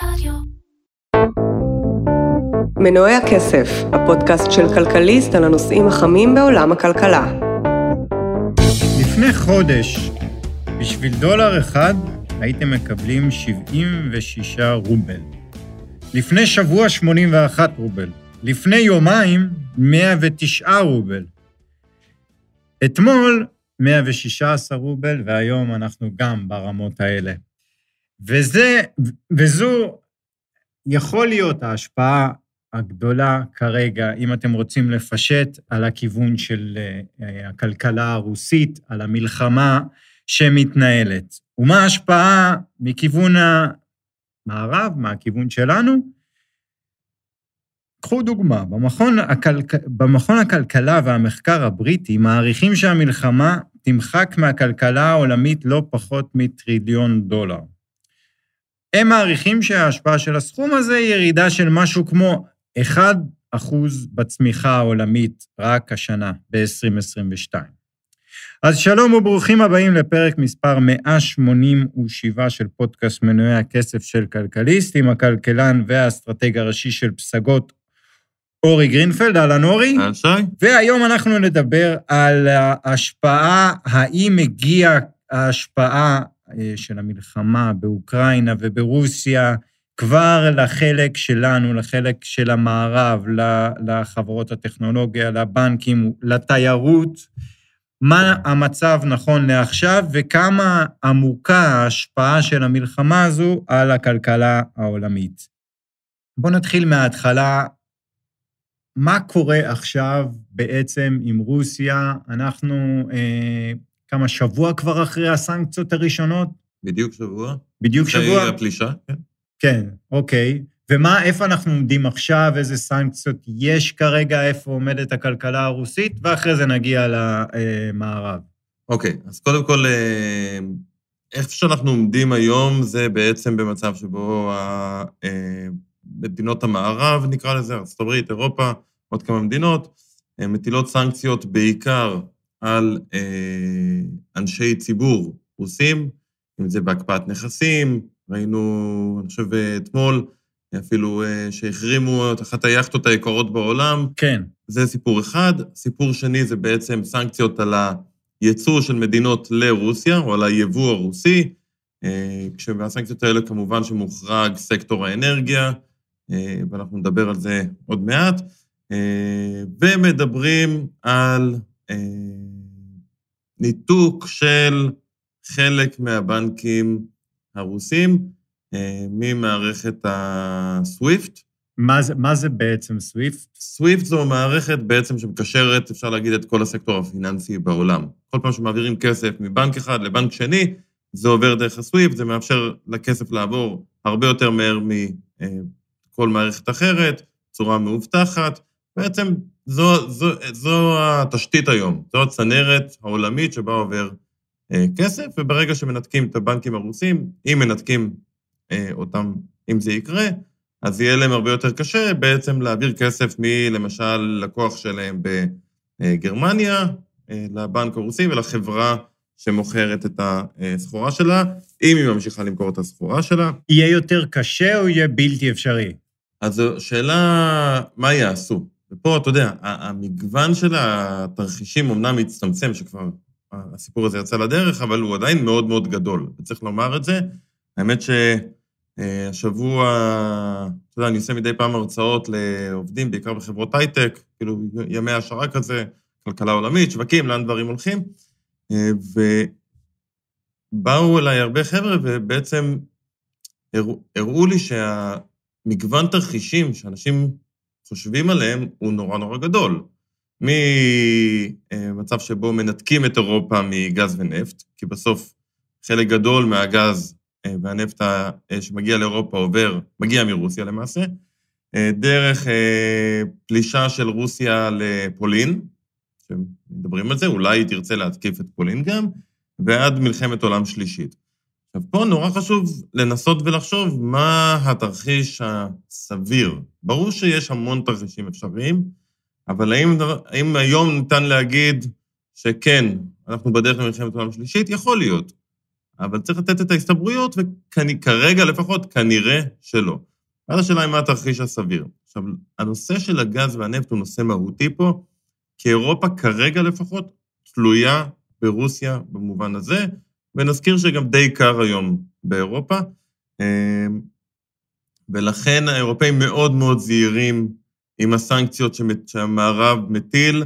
מנועי הכסף, הפודקאסט של כלכליסט על הנושאים החמים בעולם הכלכלה. לפני חודש, בשביל דולר אחד, הייתם מקבלים 76 רובל. לפני שבוע 81 רובל. לפני יומיים 109 רובל. אתמול 116 רובל, והיום אנחנו גם ברמות האלה. וזו יכול להיות ההשפעה הגדולה כרגע, אם אתם רוצים לפשט על הכיוון של הכלכלה הרוסית, על המלחמה שמתנהלת. ומה ההשפעה מכיוון המערב, מהכיוון שלנו? קחו דוגמה, במכון הכלכלה והמחקר הבריטי מעריכים שהמלחמה תמחק מהכלכלה העולמית לא פחות מטריליון דולר. הם מעריכים שההשפעה של הסכום הזה היא ירידה של משהו כמו 1% בצמיחה העולמית רק השנה, ב-2022. אז שלום וברוכים הבאים לפרק מספר 187 של פודקאסט מנועי הכסף של כלכליסט, עם הכלכלן והאסטרטג הראשי של פסגות, אורי גרינפלד. אהלן אורי. אהלן שי. והיום אנחנו נדבר על ההשפעה, האם הגיעה ההשפעה של המלחמה באוקראינה וברוסיה, כבר לחלק שלנו, לחלק של המערב, לחברות הטכנולוגיה, לבנקים, לתיירות, מה המצב נכון לעכשיו, וכמה עמוקה ההשפעה של המלחמה הזו על הכלכלה העולמית. בואו נתחיל מההתחלה. מה קורה עכשיו בעצם עם רוסיה? אנחנו כמה שבוע כבר אחרי הסנקציות הראשונות? בדיוק שבוע. בדיוק שבוע? אחרי הפלישה, כן. כן, אוקיי. ומה, איפה אנחנו עומדים עכשיו, איזה סנקציות יש כרגע, איפה עומדת הכלכלה הרוסית, ואחרי זה נגיע למערב. אוקיי, אז קודם כל, איך שאנחנו עומדים היום, זה בעצם במצב שבו מדינות המערב, נקרא לזה, ארצות הברית, אירופה, עוד כמה מדינות, מטילות סנקציות בעיקר על אנשי ציבור רוסים, אם זה בהקפאת נכסים, ראינו, אני חושב, אתמול, אפילו שהחרימו את אחת היאכטות היקרות בעולם. כן. זה סיפור אחד. סיפור שני זה בעצם סנקציות על הייצוא של מדינות לרוסיה, או על היבוא הרוסי, כשהסנקציות האלה כמובן שמוחרג סקטור האנרגיה, ואנחנו נדבר על זה עוד מעט, ומדברים על ניתוק של חלק מהבנקים הרוסים ממערכת הסוויפט. מה זה בעצם סוויפט? סוויפט זו מערכת בעצם שמקשרת, אפשר להגיד, את כל הסקטור הפיננסי בעולם. כל פעם שמעבירים כסף מבנק אחד לבנק שני, זה עובר דרך הסוויפט, זה מאפשר לכסף לעבור הרבה יותר מהר מכל מערכת אחרת, צורה מאובטחת. בעצם זו התשתית היום, זו הצנרת העולמית שבה עובר כסף, וברגע שמנתקים את הבנקים הרוסים, אם מנתקים אותם, אם זה יקרה, אז יהיה להם הרבה יותר קשה בעצם להעביר כסף למשל לקוח שלהם בגרמניה, לבנק הרוסי ולחברה שמוכרת את הסחורה שלה, אם היא ממשיכה למכור את הסחורה שלה. יהיה יותר קשה או יהיה בלתי אפשרי? אז שאלה, מה יעשו? ופה, אתה יודע, המגוון של התרחישים אומנם מצטמצם, שכבר הסיפור הזה יצא לדרך, אבל הוא עדיין מאוד מאוד גדול, וצריך לומר את זה. האמת שהשבוע, אתה יודע, אני עושה מדי פעם הרצאות לעובדים, בעיקר בחברות הייטק, כאילו ימי השערה כזה, כלכלה עולמית, שווקים, לאן דברים הולכים, ובאו אליי הרבה חבר'ה, ובעצם הראו לי שהמגוון תרחישים שאנשים חושבים עליהם הוא נורא נורא גדול. ממצב שבו מנתקים את אירופה מגז ונפט, כי בסוף חלק גדול מהגז והנפט שמגיע לאירופה מגיע מרוסיה למעשה, דרך פלישה של רוסיה לפולין, שמדברים על זה, אולי היא תרצה להתקיף את פולין גם, ועד מלחמת עולם שלישית. עכשיו, פה נורא חשוב לנסות ולחשוב מה התרחיש הסביר. ברור שיש המון תרחישים אפשריים, אבל האם היום ניתן להגיד שכן, אנחנו בדרך למלחמת עולם שלישית? יכול להיות. אבל צריך לתת את ההסתברויות, וכרגע לפחות כנראה שלא. אז השאלה היא מה התרחיש הסביר. עכשיו, הנושא של הגז והנפט הוא נושא מהותי פה, כי אירופה כרגע לפחות תלויה ברוסיה במובן הזה, ונזכיר שגם די קר היום באירופה, ולכן האירופאים מאוד מאוד זהירים עם הסנקציות שהמערב מטיל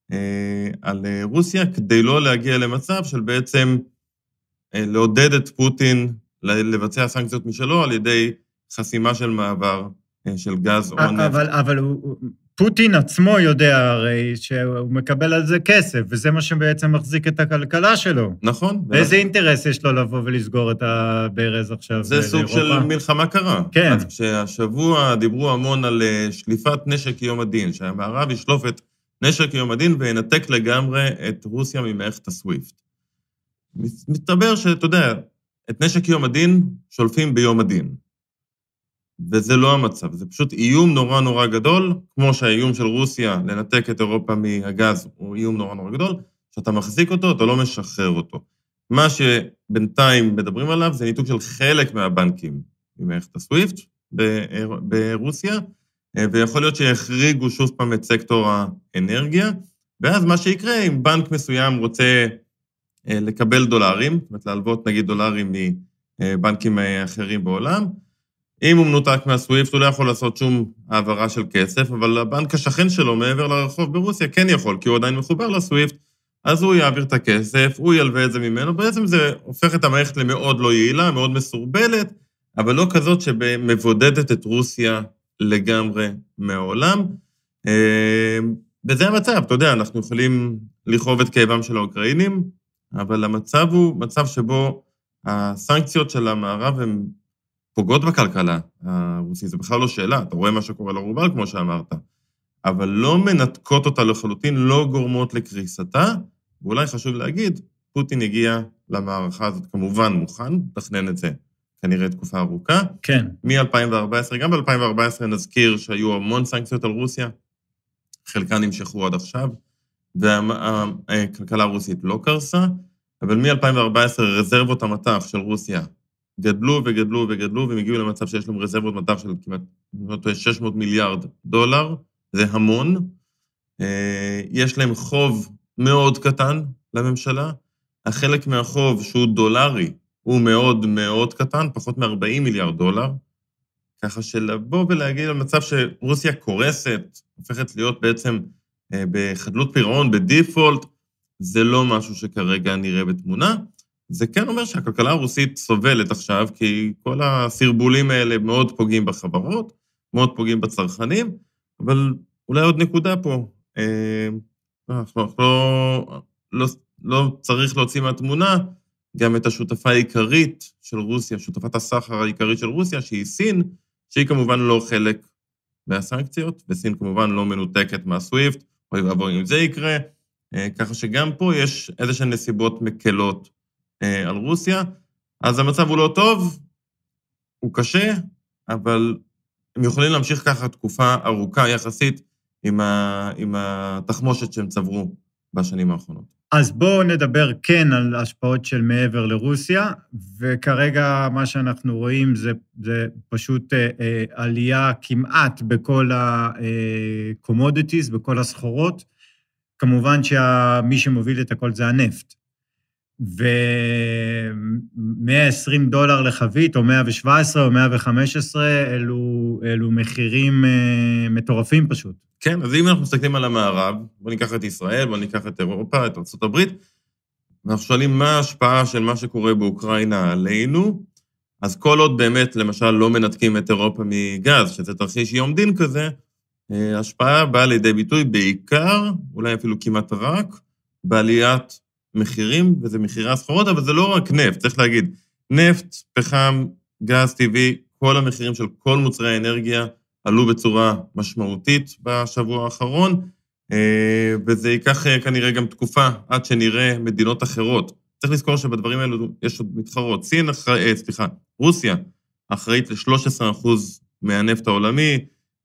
על רוסיה, כדי לא להגיע למצב של בעצם לעודד את פוטין לבצע סנקציות משלו על ידי חסימה של מעבר של גז או נפט. אבל פוטין עצמו יודע הרי שהוא מקבל על זה כסף, וזה מה שבעצם מחזיק את הכלכלה שלו. נכון. איזה אינטרס יש לו לבוא ולסגור את הברז עכשיו זה סוג של מלחמה קרה. כן. אז כשהשבוע דיברו המון על שליפת נשק יום הדין, שהמערב ישלוף את נשק יום הדין וינתק לגמרי את רוסיה ממערכת הסוויפט. מסתבר שאתה יודע, את נשק יום הדין שולפים ביום הדין. וזה לא המצב, זה פשוט איום נורא נורא גדול, כמו שהאיום של רוסיה לנתק את אירופה מהגז הוא איום נורא נורא גדול, שאתה מחזיק אותו, אתה לא משחרר אותו. מה שבינתיים מדברים עליו זה ניתוק של חלק מהבנקים ממערכת הסוויפט ברוסיה, ויכול להיות שיחריגו שוב פעם את סקטור האנרגיה, ואז מה שיקרה אם בנק מסוים רוצה לקבל דולרים, זאת אומרת להלוות נגיד דולרים מבנקים אחרים בעולם, אם הוא מנותק מהסוויפט, הוא לא יכול לעשות שום העברה של כסף, אבל הבנק השכן שלו מעבר לרחוב ברוסיה כן יכול, כי הוא עדיין מחובר לסוויפט, אז הוא יעביר את הכסף, הוא ילווה את זה ממנו, בעצם זה הופך את המערכת למאוד לא יעילה, מאוד מסורבלת, אבל לא כזאת שמבודדת את רוסיה לגמרי מהעולם. וזה המצב, אתה יודע, אנחנו יכולים לכאוב את כאבם של האוקראינים, אבל המצב הוא מצב שבו הסנקציות של המערב הן פוגעות בכלכלה הרוסית, זה בכלל לא שאלה, אתה רואה מה שקורה לרובל, כמו שאמרת, אבל לא מנתקות אותה לחלוטין, לא גורמות לקריסתה, ואולי חשוב להגיד, פוטין הגיע למערכה הזאת כמובן מוכן, תכנן את זה כנראה תקופה ארוכה. כן. מ-2014, גם ב-2014 נזכיר שהיו המון סנקציות על רוסיה, חלקן נמשכו עד עכשיו, והכלכלה הרוסית לא קרסה, אבל מ-2014 רזרבות המטח של רוסיה גדלו וגדלו וגדלו, והם הגיעו למצב שיש להם רזרבות מטח של כמעט 600 מיליארד דולר, זה המון. יש להם חוב מאוד קטן לממשלה, החלק מהחוב שהוא דולרי, הוא מאוד מאוד קטן, פחות מ-40 מיליארד דולר, ככה שלבוא ולהגיד על מצב שרוסיה קורסת, הופכת להיות בעצם בחדלות פירעון, בדיפולט, זה לא משהו שכרגע נראה בתמונה, זה כן אומר שהכלכלה הרוסית סובלת עכשיו, כי כל הסרבולים האלה מאוד פוגעים בחברות, מאוד פוגעים בצרכנים, אבל אולי עוד נקודה פה, לא צריך להוציא מהתמונה, גם את השותפה העיקרית של רוסיה, שותפת הסחר העיקרית של רוסיה, שהיא סין, שהיא כמובן לא חלק מהסנקציות, וסין כמובן לא מנותקת מהסוויפט, או אם זה יקרה, ככה שגם פה יש איזושהי נסיבות מקלות על רוסיה, אז המצב הוא לא טוב, הוא קשה, אבל הם יכולים להמשיך ככה תקופה ארוכה יחסית עם התחמושת שהם צברו בשנים האחרונות. אז בואו נדבר כן על השפעות של מעבר לרוסיה, וכרגע מה שאנחנו רואים זה פשוט עלייה כמעט בכל ה-commodities, בכל הסחורות, כמובן שמי שמוביל את הכל זה הנפט. ו$120 לחבית, או 117 או 115, אלו מחירים מטורפים פשוט. כן, אז אם אנחנו מסתכלים על המערב, בוא ניקח את ישראל, בוא ניקח את אירופה, את ארצות הברית, ואנחנו שואלים מה ההשפעה של מה שקורה באוקראינה עלינו, אז כל עוד באמת, למשל, לא מנתקים את אירופה מגז, שזה תרחיש יום דין כזה, ההשפעה באה לידי ביטוי בעיקר, אולי אפילו כמעט רק, בעליית מחירים, וזה מחירי הסחורות, אבל זה לא רק נפט, צריך להגיד, נפט, פחם, גז טבעי, כל המחירים של כל מוצרי האנרגיה עלו בצורה משמעותית בשבוע האחרון, וזה ייקח כנראה גם תקופה עד שנראה מדינות אחרות. צריך לזכור שבדברים האלו יש עוד מתחרות. רוסיה אחראית ל-13% מהנפט העולמי,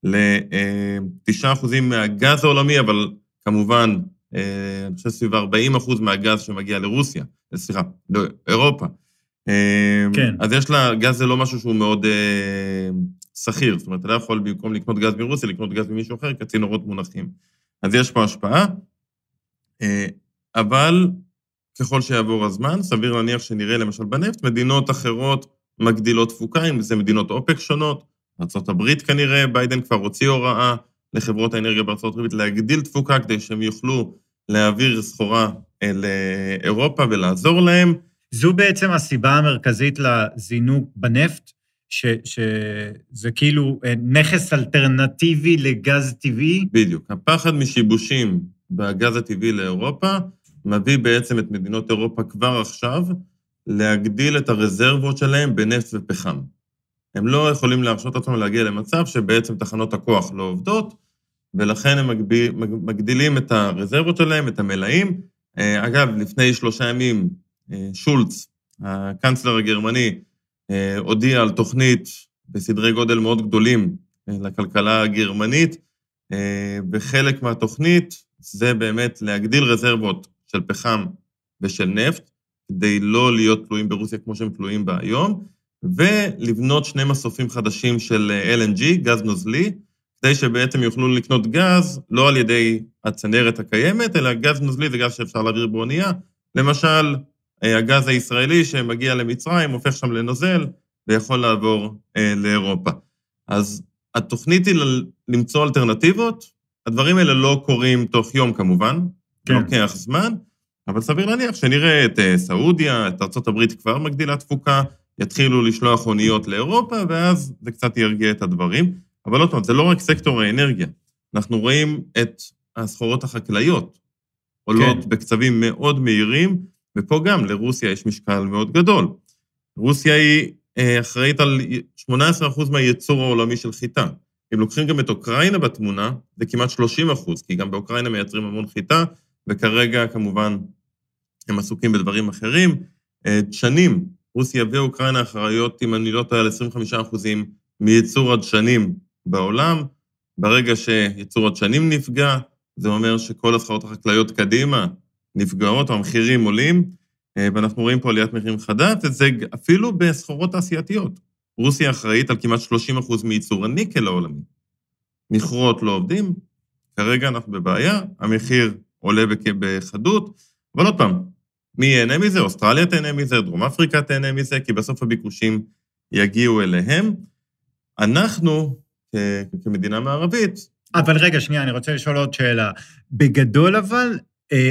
ל-9% מהגז העולמי, אבל כמובן, אני חושב סביב 40% מהגז שמגיע לרוסיה, לאירופה. כן. אז יש לה, גז זה לא משהו שהוא מאוד סחיר, זאת אומרת, אתה לא יכול במקום לקנות גז מרוסיה, לקנות גז ממישהו אחר, כי הצינורות מונחים. אז יש פה השפעה, אבל ככל שיעבור הזמן, סביר להניח שנראה למשל בנפט, מדינות אחרות מגדילות תפוקה, אם זה מדינות אופק שונות, ארצות הברית כנראה, ביידן כבר הוציא הוראה לחברות האנרגיה בארצות הברית להגדיל תפוקה, כדי שהם יוכלו להעביר סחורה לאירופה ולעזור להם. זו בעצם הסיבה המרכזית לזינוק בנפט, שזה כאילו נכס אלטרנטיבי לגז טבעי? בדיוק. הפחד משיבושים בגז הטבעי לאירופה, מביא בעצם את מדינות אירופה כבר עכשיו, להגדיל את הרזרבות שלהם בנפט ופחם. הם לא יכולים להרשות עצמם להגיע למצב שבעצם תחנות הכוח לא עובדות, ולכן הם מגדילים את הרזרבות שלהם, את המלאים. אגב, לפני 3 ימים, שולץ, הקנצלר הגרמני, הודיע על תוכנית בסדרי גודל מאוד גדולים לכלכלה הגרמנית, וחלק מהתוכנית זה באמת להגדיל רזרבות של פחם ושל נפט, כדי לא להיות תלויים ברוסיה כמו שהם תלויים בה היום, ולבנות 2 מסופים חדשים של LNG, גז נוזלי, כדי שבעצם יוכלו לקנות גז, לא על ידי הצנרת הקיימת, אלא גז נוזלי זה גז שאפשר להעביר באונייה. למשל, הגז הישראלי שמגיע למצרים, הופך שם לנוזל, ויכול לעבור לאירופה. אז התוכנית היא למצוא אלטרנטיבות, הדברים האלה לא קורים תוך יום כמובן, כן. לוקח זמן, אבל סביר להניח שנראה את סעודיה, את ארצות הברית כבר מגדילה תפוקה, יתחילו לשלוח אוניות לאירופה, ואז זה קצת ירגיע את הדברים. אבל לא טוב, זה לא רק סקטור האנרגיה. אנחנו רואים את הסחורות החקלאיות, עולות כן. בקצבים מאוד מהירים, ופה גם לרוסיה יש משקל מאוד גדול. רוסיה היא אחראית על 18% מהייצור העולמי של חיטה. אם לוקחים גם את אוקראינה בתמונה, זה כמעט 30%, כי גם באוקראינה מייצרים המון חיטה, וכרגע כמובן הם עסוקים בדברים אחרים. דשנים, רוסיה ואוקראינה אחראיות, אם אני לא טועה, על 25% מייצור הדשנים בעולם. ברגע שייצור הדשנים נפגע, זה אומר שכל הסחורות החקלאיות קדימה נפגעות, המחירים עולים, ואנחנו רואים פה עליית מחירים חדה, וזה אפילו בסחורות תעשייתיות. רוסיה אחראית על כמעט 30% מייצור הניקל העולמי. מכרות לא עובדים, כרגע אנחנו בבעיה, המחיר עולה בחדות, אבל עוד פעם, מי ייהנה מזה? אוסטרליה תהנה מזה, דרום אפריקה תהנה מזה, כי בסוף הביקושים יגיעו אליהם. אנחנו, כמדינה מערבית... אבל רגע, שנייה, אני רוצה לשאול עוד שאלה. בגדול אבל,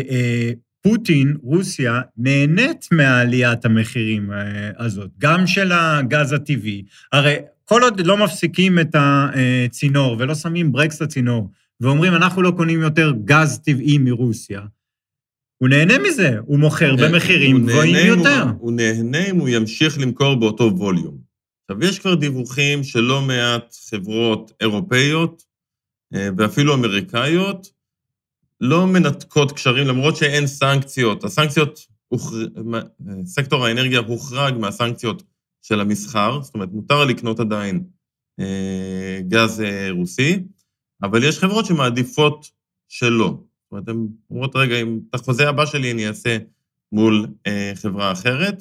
פוטין, רוסיה, נהנית מעליית המחירים הזאת, גם של הגז הטבעי. הרי כל עוד לא מפסיקים את הצינור, ולא שמים ברקס לצינור, ואומרים, אנחנו לא קונים יותר גז טבעי מרוסיה, הוא נהנה מזה, הוא מוכר במחירים גבוהים יותר. הוא נהנה אם הוא ימשיך למכור באותו ווליום. עכשיו, יש כבר דיווחים של לא מעט חברות אירופאיות, ואפילו אמריקאיות, לא מנתקות קשרים, למרות שאין סנקציות. הסנקציות, סקטור האנרגיה הוחרג מהסנקציות של המסחר, זאת אומרת, מותר לקנות עדיין גז רוסי, אבל יש חברות שמעדיפות שלא. זאת אומרת, הן אומרות, רגע, אם את החוזה הבא שלי אני אעשה מול חברה אחרת,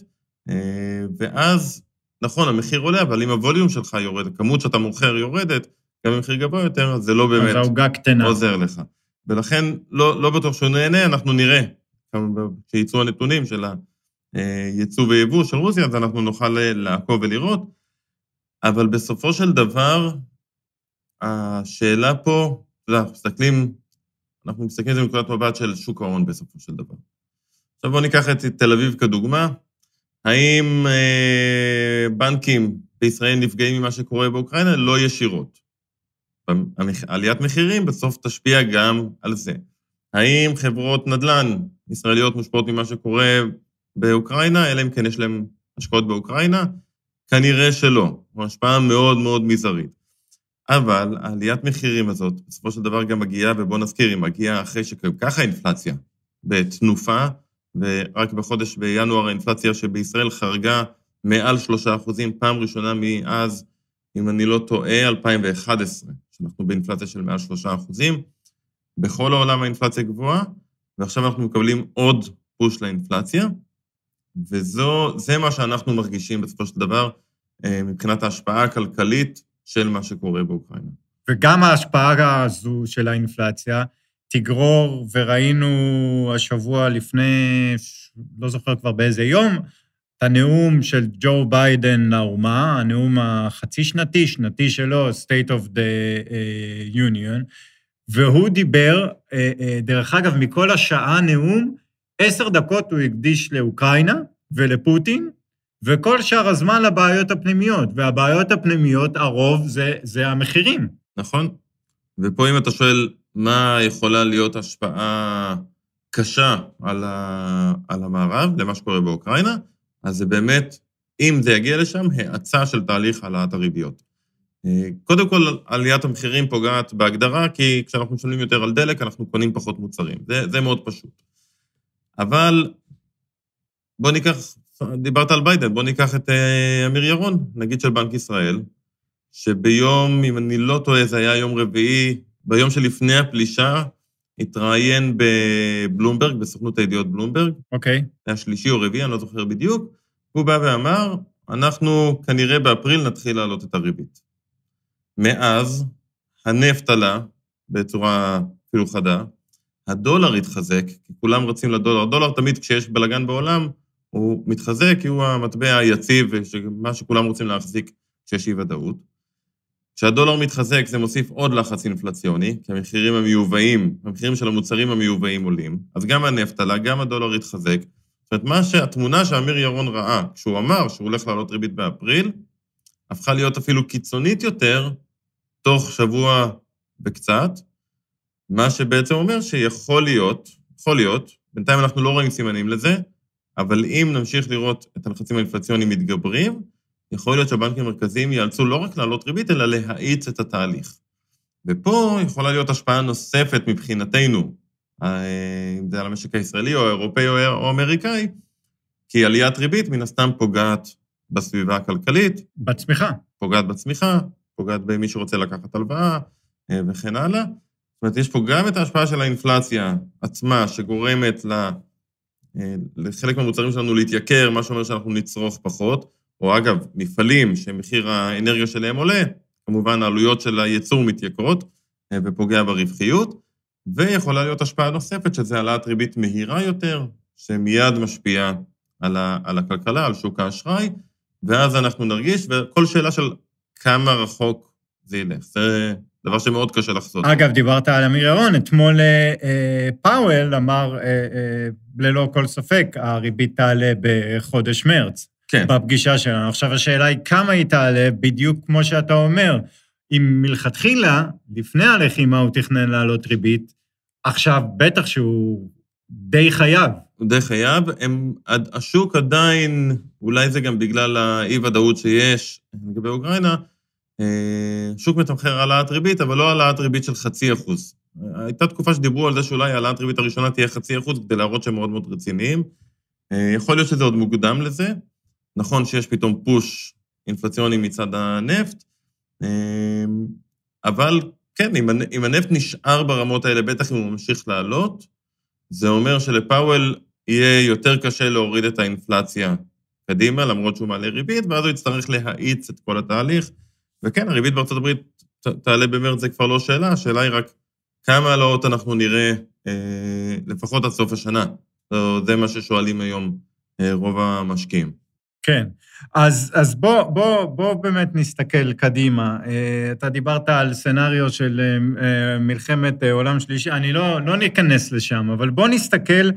ואז, נכון, המחיר עולה, אבל אם הווליום שלך יורד, הכמות שאתה מוכר יורדת, גם במחיר גבוה יותר, אז זה לא באמת עוזר לך. ולכן, לא בטוח שהוא נהנה, אנחנו נראה, כשיצאו הנתונים של הייצוא ויבוא של רוסיה, אז אנחנו נוכל לעקוב ולראות, אבל בסופו של דבר, השאלה פה, אנחנו מסתכלים על זה מנקודת מבט של שוק ההון בסופו של דבר. עכשיו בואו ניקח את תל אביב כדוגמה, האם בנקים בישראל נפגעים ממה שקורה באוקראינה? לא ישירות. עליית מחירים בסוף תשפיע גם על זה. האם חברות נדל"ן ישראליות מושפעות ממה שקורה באוקראינה, אלא אם כן יש להם השקעות באוקראינה? כנראה שלא, זו השפעה מאוד מאוד מזערית. אבל העליית מחירים הזאת, בסופו של דבר גם מגיעה, ובוא נזכיר, היא מגיעה אחרי שככה האינפלציה בתנופה, ורק בחודש בינואר האינפלציה שבישראל חרגה מעל 3%, פעם ראשונה מאז, אם אני לא טועה, 2011, שאנחנו באינפלציה של מעל 3%. בכל העולם האינפלציה גבוהה, ועכשיו אנחנו מקבלים עוד פוש לאינפלציה, וזה מה שאנחנו מרגישים בסופו של דבר, מבחינת ההשפעה הכלכלית של מה שקורה באוקראינה. וגם ההשפעה הזו של האינפלציה תגרור, וראינו השבוע לפני, לא זוכר כבר באיזה יום, את הנאום של ג'ו ביידן לאומה, הנאום החצי שנתי שלו, State of the Union, והוא דיבר, דרך אגב, מכל השעה נאום, 10 דקות הוא הקדיש לאוקראינה ולפוטין, וכל שאר הזמן לבעיות הפנימיות, והבעיות הפנימיות, הרוב זה המחירים. נכון. ופה אם אתה שואל מה יכולה להיות השפעה קשה על המערב, למה שקורה באוקראינה, אז זה באמת, אם זה יגיע לשם, האצה של תהליך העלאת הריביות. קודם כל, עליית המחירים פוגעת בהגדרה, כי כשאנחנו משלמים יותר על דלק, אנחנו קונים פחות מוצרים. זה מאוד פשוט. אבל בוא ניקח, דיברת על ביידן, בוא ניקח את אמיר ירון, נגיד של בנק ישראל, שביום, אם אני לא טועה, זה היה יום רביעי, ביום שלפני הפלישה, התראיין בבלומברג, בסוכנות הידיעות בלומברג. אוקיי. היה שלישי או רביעי, אני לא זוכר בדיוק. הוא בא ואמר, אנחנו כנראה באפריל נתחיל להעלות את הריבית. מאז, הנפט עלה בצורה אפילו חדה, הדולר התחזק, כי כולם רצים לדולר. הדולר תמיד כשיש בלגן בעולם, הוא מתחזק, כי הוא המטבע היציב, ומה שכולם רוצים להחזיק כשיש אי ודאות. כשהדולר מתחזק, זה מוסיף עוד לחץ אינפלציוני, כי המחירים המיובאים, המחירים של המוצרים המיובאים עולים, אז גם הנפט עלה, גם הדולר התחזק. זאת אומרת, התמונה שאמיר ירון ראה, כשהוא אמר שהוא הולך לעלות ריבית באפריל, הפכה להיות אפילו קיצונית יותר, תוך שבוע וקצת, מה שבעצם אומר שיכול להיות, בינתיים אנחנו לא רואים סימנים לזה, אבל אם נמשיך לראות את הלחצים האינפלציוניים מתגברים, יכול להיות שהבנקים המרכזיים יאלצו לא רק לעלות ריבית, אלא להאיץ את התהליך. ופה יכולה להיות השפעה נוספת מבחינתנו, אם זה על המשק הישראלי או האירופאי או האמריקאי, כי עליית ריבית מן הסתם פוגעת בסביבה הכלכלית. בצמיחה. פוגעת בצמיחה, פוגעת במי שרוצה לקחת הלוואה וכן הלאה. זאת אומרת, יש פה גם את ההשפעה של האינפלציה עצמה, שגורמת לחלק מהמוצרים שלנו להתייקר, מה שאומר שאנחנו נצרוך פחות, או אגב, מפעלים שמחיר האנרגיה שלהם עולה, כמובן העלויות של הייצור מתייקרות ופוגע ברווחיות, ויכולה להיות השפעה נוספת, שזה העלאת ריבית מהירה יותר, שמיד משפיעה על הכלכלה, על שוק האשראי, ואז אנחנו נרגיש, וכל שאלה של כמה רחוק זה ילך. זה דבר שמאוד קשה לחזות. אגב, דיברת על אמיר ירון, אתמול פאוול אמר, ללא כל ספק, הריבית תעלה בחודש מרץ. כן. בפגישה שלנו. עכשיו השאלה היא כמה היא תעלה, בדיוק כמו שאתה אומר, אם מלכתחילה, לפני הלחימה הוא תכנן לעלות ריבית, עכשיו בטח שהוא די חייב. הוא די חייב, השוק עדיין, אולי זה גם בגלל האי-ודאות שיש לגבי אוקראינה, שוק מתמחר העלאת ריבית, אבל לא העלאת ריבית של 0.5%. הייתה תקופה שדיברו על זה שאולי העלאת ריבית הראשונה תהיה 0.5%, כדי להראות שהם מאוד מאוד רציניים. יכול להיות שזה עוד מוקדם לזה, נכון שיש פתאום פוש אינפלציוני מצד הנפט, אבל כן, אם הנפט נשאר ברמות האלה, בטח אם הוא ממשיך לעלות, זה אומר שלפאוול יהיה יותר קשה להוריד את האינפלציה קדימה, למרות שהוא מעלה ריבית, ואז הוא יצטרך להאיץ את כל התהליך, וכן, הריבית בארצות הברית תעלה במרץ, זה כבר לא שאלה, השאלה היא רק כמה העלאות אנחנו נראה לפחות עד סוף השנה. זה מה ששואלים היום רוב המשקיעים. כן, אז בוא באמת נסתכל קדימה. אתה דיברת על סנריו של מלחמת עולם שלישי, אני לא ניכנס לשם, אבל בוא נסתכל,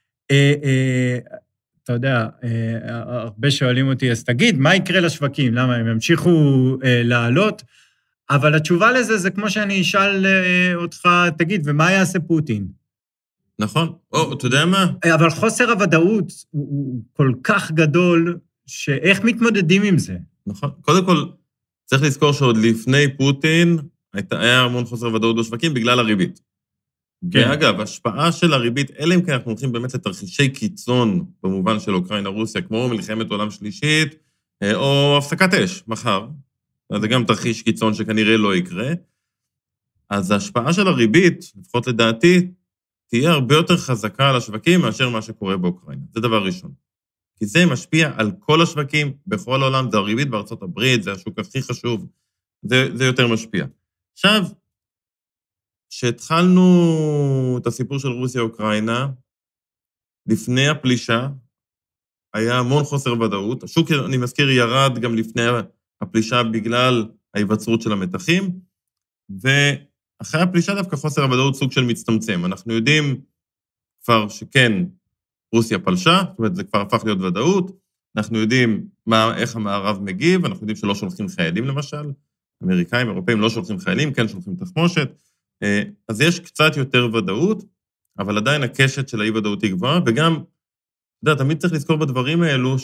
אתה יודע, הרבה שואלים אותי, אז תגיד, מה יקרה לשווקים? למה הם ימשיכו לעלות? אבל התשובה לזה זה כמו שאני אשאל אותך, תגיד, ומה יעשה פוטין? נכון, אתה יודע מה? אבל חוסר הוודאות הוא כל כך גדול, שאיך מתמודדים עם זה? נכון, קודם כל, צריך לזכור שעוד לפני פוטין, היה המון חוסר ודאות בשווקים בגלל הריבית. כן. ואגב, השפעה של הריבית, אלא אם כן אנחנו הולכים באמת לתרחישי קיצון, במובן של אוקראינה-רוסיה, כמו מלחמת עולם שלישית, או הפסקת אש, מחר. זה גם תרחיש קיצון שכנראה לא יקרה. אז ההשפעה של הריבית, לפחות לדעתי, תהיה הרבה יותר חזקה על השווקים מאשר מה שקורה באוקראינה. זה דבר ראשון. כי זה משפיע על כל השווקים בכל העולם, זה הריבית בארצות הברית, זה השוק הכי חשוב, זה יותר משפיע. עכשיו, כשהתחלנו את הסיפור של רוסיה-אוקראינה, לפני הפלישה, היה המון חוסר ודאות, השוק, אני מזכיר, ירד גם לפני הפלישה בגלל ההיווצרות של המתחים, ואחרי הפלישה דווקא חוסר הוודאות סוג של מצטמצם. אנחנו יודעים כבר שכן, רוסיה פלשה, זאת אומרת, זה כבר הפך להיות ודאות, אנחנו יודעים איך המערב מגיב, אנחנו יודעים שלא שולחים חיילים למשל, אמריקאים, אירופאים לא שולחים חיילים, כן שולחים תחמושת, אז יש קצת יותר ודאות, אבל עדיין הקשת של האי-ודאות היא גבוהה, וגם, אתה יודע, תמיד צריך לזכור בדברים האלו,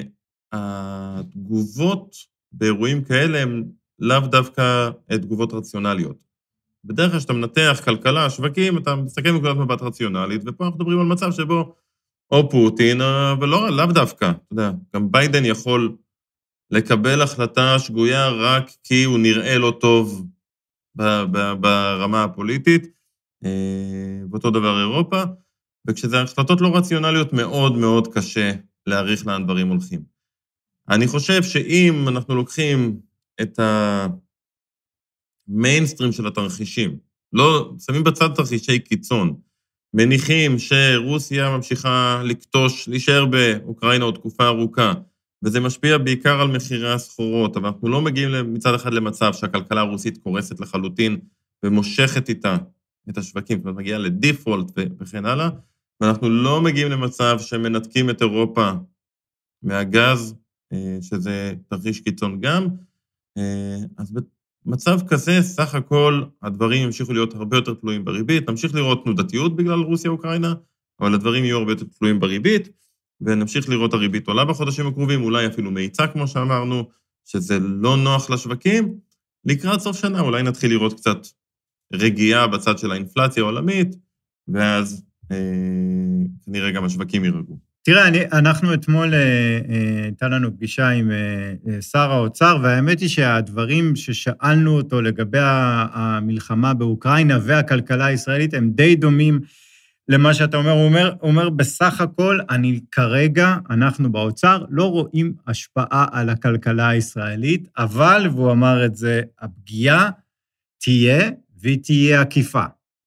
שהתגובות באירועים כאלה הם לאו דווקא תגובות רציונליות. בדרך כלל שאתה מנתח כלכלה, שווקים, אתה מסתכל מנקודת מבט רציונלית, ופה אנחנו מדברים על מצב שבו או פוטין, אבל לאו דווקא, אתה יודע, גם ביידן יכול לקבל החלטה שגויה רק כי הוא נראה לא טוב ברמה הפוליטית, ואותו דבר אירופה, וכשזה החלטות לא רציונליות מאוד מאוד קשה להעריך לאן דברים הולכים. אני חושב שאם אנחנו לוקחים את המיינסטרים של התרחישים, לא, שמים בצד תרחישי קיצון, מניחים שרוסיה ממשיכה לקטוש, להישאר באוקראינה עוד תקופה ארוכה, וזה משפיע בעיקר על מחירי הסחורות, אבל אנחנו לא מגיעים מצד אחד למצב שהכלכלה הרוסית קורסת לחלוטין, ומושכת איתה את השווקים, זאת אומרת, מגיעה לדיפולט וכן הלאה, ואנחנו לא מגיעים למצב שמנתקים את אירופה מהגז, שזה תרחיש קיצון גם, אז במצב כזה, סך הכל, הדברים ימשיכו להיות הרבה יותר תלויים בריבית, נמשיך לראות תנודתיות בגלל רוסיה-אוקראינה, אבל הדברים יהיו הרבה יותר תלויים בריבית, ונמשיך לראות הריבית עולה בחודשים הקרובים, אולי אפילו מאיצה, כמו שאמרנו, שזה לא נוח לשווקים, לקראת סוף שנה, אולי נתחיל לראות קצת רגיעה בצד של האינפלציה העולמית, ואז כנראה גם השווקים ירגעו. תראה, אנחנו אתמול, הייתה לנו פגישה עם שר האוצר, והאמת היא שהדברים ששאלנו אותו לגבי המלחמה באוקראינה והכלכלה הישראלית, הם די דומים למה שאתה אומר. הוא אומר, בסך הכל, אנחנו באוצר לא רואים השפעה על הכלכלה הישראלית, אבל, והוא אמר את זה, הפגיעה תהיה, והיא תהיה עקיפה.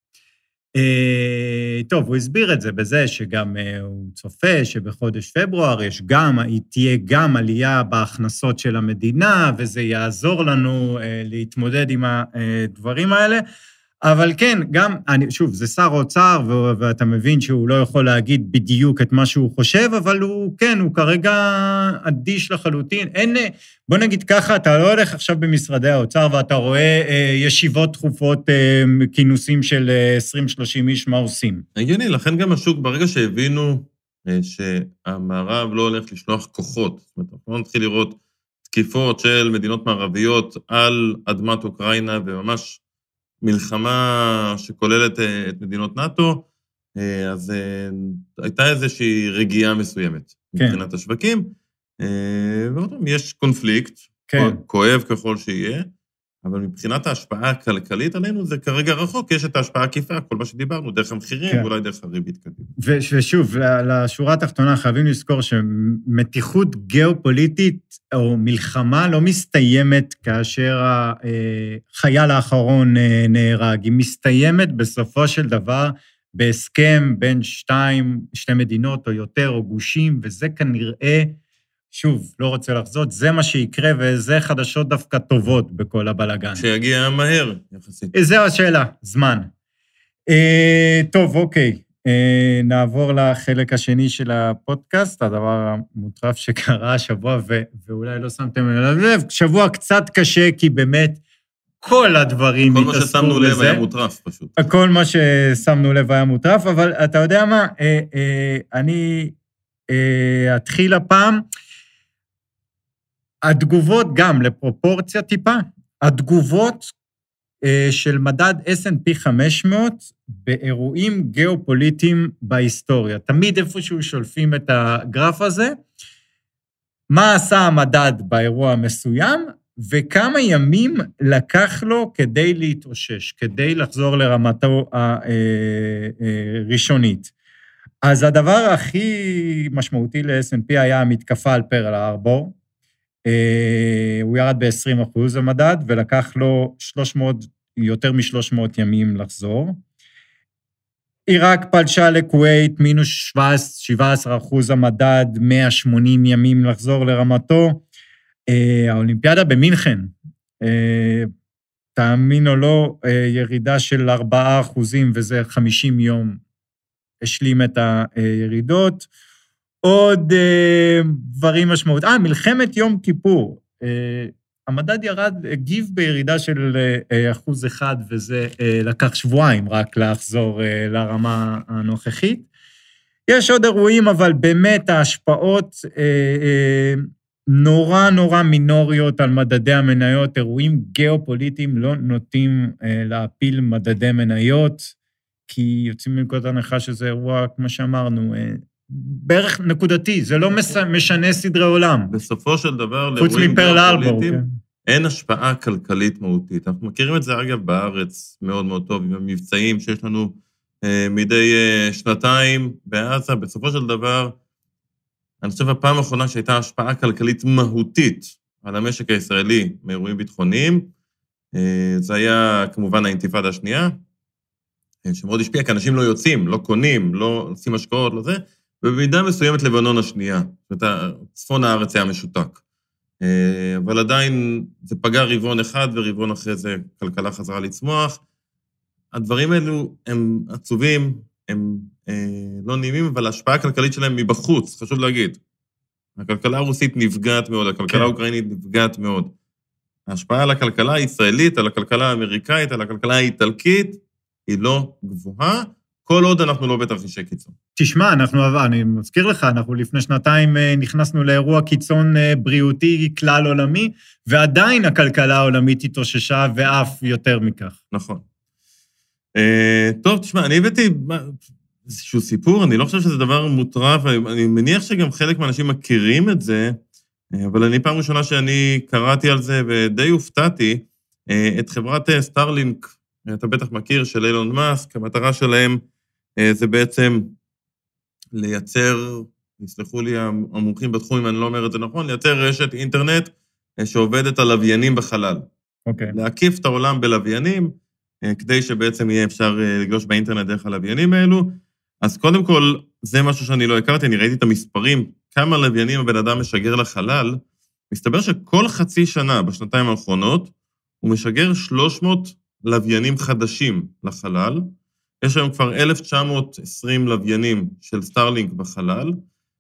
טוב, הוא הסביר את זה בזה שגם הוא צופה שבחודש פברואר תהיה גם עלייה בהכנסות של המדינה, וזה יעזור לנו להתמודד עם הדברים האלה, אבל כן, גם, שוב, זה שר האוצר, ואתה מבין שהוא לא יכול להגיד בדיוק את מה שהוא חושב, אבל הוא כרגע אדיש לחלוטין. בוא נגיד ככה, אתה לא הולך עכשיו במשרדי האוצר, ואתה רואה ישיבות תכופות, כינוסים של 20-30 איש, מה עושים? הגיוני, לכן גם השוק, ברגע שהבינו שהמערב לא הולך לשלוח כוחות, זאת אומרת, אנחנו נתחיל לראות תקיפות של מדינות מערביות על אדמת אוקראינה, וממש מלחמה שכוללת את מדינות נאטו, אז הייתה איזושהי רגיעה מסוימת מבחינת השווקים, ואותם יש קונפליקט, כואב ככל שיהיה, אבל מבחינת ההשפעה הכלכלית עלינו, זה כרגע רחוק, יש את ההשפעה העקיפה, כל מה שדיברנו, דרך המחירים, ואולי דרך הריבית קדימה. ושוב, לשורה התחתונה חייבים לזכור שמתיחות גיאופוליטית או מלחמה לא מסתיימת כאשר החייל האחרון נהרג, היא מסתיימת בסופו של דבר בהסכם בין שתי מדינות או יותר או גושים, וזה כנראה, שוב, לא רוצה לחזות, זה מה שיקרה, וזה חדשות דווקא טובות בכל הבלגן. שיגיע מהר, יחסית. זו השאלה, זמן. טוב, אוקיי. נעבור לחלק השני של הפודקאסט, הדבר המוטרף שקרה השבוע, ואולי לא שמתם לב, שבוע קצת קשה, כי באמת כל הדברים כל מה ששמנו לב היה מוטרף פשוט. כל מה ששמנו לב היה מוטרף, אבל אתה יודע מה, אני אתחיל הפעם, התגובות גם לפרופורציה טיפה, התגובות של מדד S&P 500 באירועים גיאופוליטיים בהיסטוריה. תמיד איפשהו שולפים את הגרף הזה, מה עשה המדד באירוע המסוים, וכמה ימים לקח לו כדי להתאושש, כדי לחזור לרמתו הראשונית. אז הדבר הכי משמעותי ל-S&P היה המתקפה על פרל הארבור. הוא ירד ב-20% המדד, ולקח לו יותר מ-300 ימים לחזור. עיראק פלשה לכווית, מינוס 17% המדד, 180 ימים לחזור לרמתו. האולימפיאדה במינכן, תאמין או לא, ירידה של 4%, וזה 50 יום השלים את הירידות. עוד דברים משמעות. מלחמת יום כיפור. המדד ירד, הגיב בירידה של 1%, וזה לקח שבועיים רק לחזור לרמה הנוכחית. יש עוד אירועים, אבל באמת ההשפעות נורא מינוריות על מדדי המניות, אירועים גיאופוליטיים לא נוטים להפיל מדדי מניות, כי יוצאים מנקודת הנחה שזה אירוע, כמו שאמרנו, בערך נקודתי, זה לא משנה סדרי עולם. בסופו של דבר, חוץ מפרל הארבור, כן. אין השפעה כלכלית מהותית. אנחנו מכירים את זה, אגב, בארץ מאוד מאוד טוב, עם המבצעים שיש לנו מדי שנתיים בעזה. בסופו של דבר, אני חושב הפעם האחרונה שהייתה השפעה כלכלית מהותית על המשק הישראלי מאירועים ביטחוניים, זה היה כמובן האינתיפאדה השנייה, שמאוד השפיע, כי אנשים לא יוצאים, לא קונים, לא עושים השקעות, לא זה, ובמידה מסוימת לבנון השנייה, זאת אומרת, צפון הארץ היה משותק. אבל עדיין זה פגע רבעון אחד, ורבעון אחרי זה כלכלה חזרה לצמוח. הדברים האלו הם עצובים, הם לא נעימים, אבל ההשפעה הכלכלית שלהם מבחוץ, חשוב להגיד. הכלכלה הרוסית נפגעת מאוד, הכלכלה האוקראינית נפגעת מאוד. ההשפעה על הכלכלה הישראלית, על הכלכלה האמריקאית, על הכלכלה האיטלקית, היא לא גבוהה, כל עוד אנחנו לא בתרחישי קיצון. תשמע, אני מזכיר לך, אנחנו לפני שנתיים נכנסנו לאירוע קיצון בריאותי כלל עולמי, ועדיין הכלכלה העולמית התאוששה, ואף יותר מכך. נכון. טוב, תשמע, אני הבאתי איזשהו סיפור, אני לא חושב שזה דבר מוטרף, אני מניח שגם חלק מהאנשים מכירים את זה, אבל אני פעם ראשונה שאני קראתי על זה, ודי הופתעתי, את חברת סטארלינק, אתה בטח מכיר, של אילון מאסק, המטרה שלהם זה בעצם לייצר, יסלחו לי המומחים בתחום, אם אני לא אומר את זה נכון, לייצר רשת אינטרנט שעובדת על לוויינים בחלל. אוקיי. להקיף את העולם בלוויינים, כדי שבעצם יהיה אפשר לגלוש באינטרנט דרך הלוויינים האלו. אז קודם כל, זה משהו שאני לא הכרתי, אני ראיתי את המספרים, כמה לוויינים הבן אדם משגר לחלל, מסתבר שכל חצי שנה בשנתיים האחרונות, הוא משגר 300 לוויינים חדשים לחלל, יש היום כבר 1920 לוויינים של סטארלינק בחלל,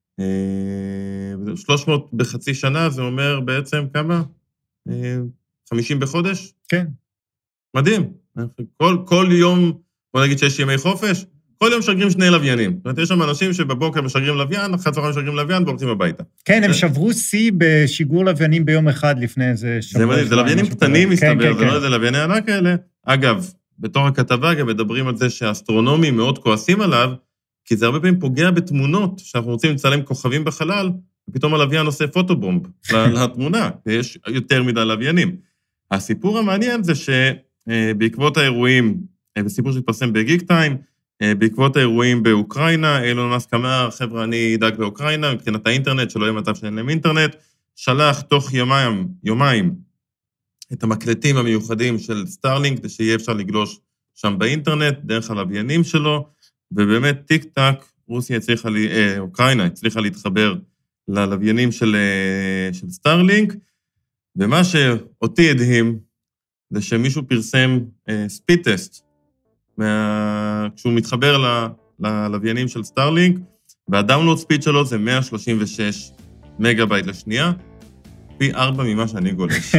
300 בחצי שנה, זה אומר בעצם כמה? 50 בחודש? כן. מדהים. כל יום, בוא נגיד שיש ימי חופש, כל יום משגרים 2 לוויינים. זאת אומרת, יש שם אנשים שבבוקר משגרים לוויין, אחת צהריים משגרים לוויין, והולכים הביתה. כן, הם שברו שיא בשיגור לוויינים ביום אחד לפני איזה שבוע. זה מדהים, זה לוויינים קטנים מסתבר, זה לא איזה לווייני ענק האלה. אגב, בתור הכתבה גם מדברים על זה שהאסטרונומים מאוד כועסים עליו, כי זה הרבה פעמים פוגע בתמונות, שאנחנו רוצים לצלם כוכבים בחלל, ופתאום הלוויין עושה פוטובומב לתמונה, ויש יותר מדי לוויינים. הסיפור המעניין זה שבעקבות האירועים, בסיפור שהתפרסם בגיק טיים, בעקבות האירועים באוקראינה, אילון מאסק אמר, חבר'ה, אני אדאג באוקראינה, מבחינת האינטרנט, שלא יהיה מצב שאין להם אינטרנט, שלח תוך יומיים את המקלטים המיוחדים של סטארלינק, כדי שיהיה אפשר לגלוש שם באינטרנט, דרך הלוויינים שלו, ובאמת טיק טק, אוקראינה הצליחה להתחבר ללוויינים של סטארלינק, ומה שאותי הדהים, זה שמישהו פרסם ספיד טסט, כשהוא מתחבר ללוויינים של סטארלינק, והדאונלוד ספיד שלו זה 136 מגה-בייט לשנייה, פי 4 ממה שאני גולש.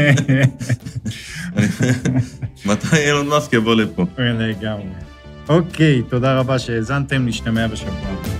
מתי אילון מאסק יבוא לפה? לגמרי. אוקיי, תודה רבה שהאזנתם, נשתמע בשבוע.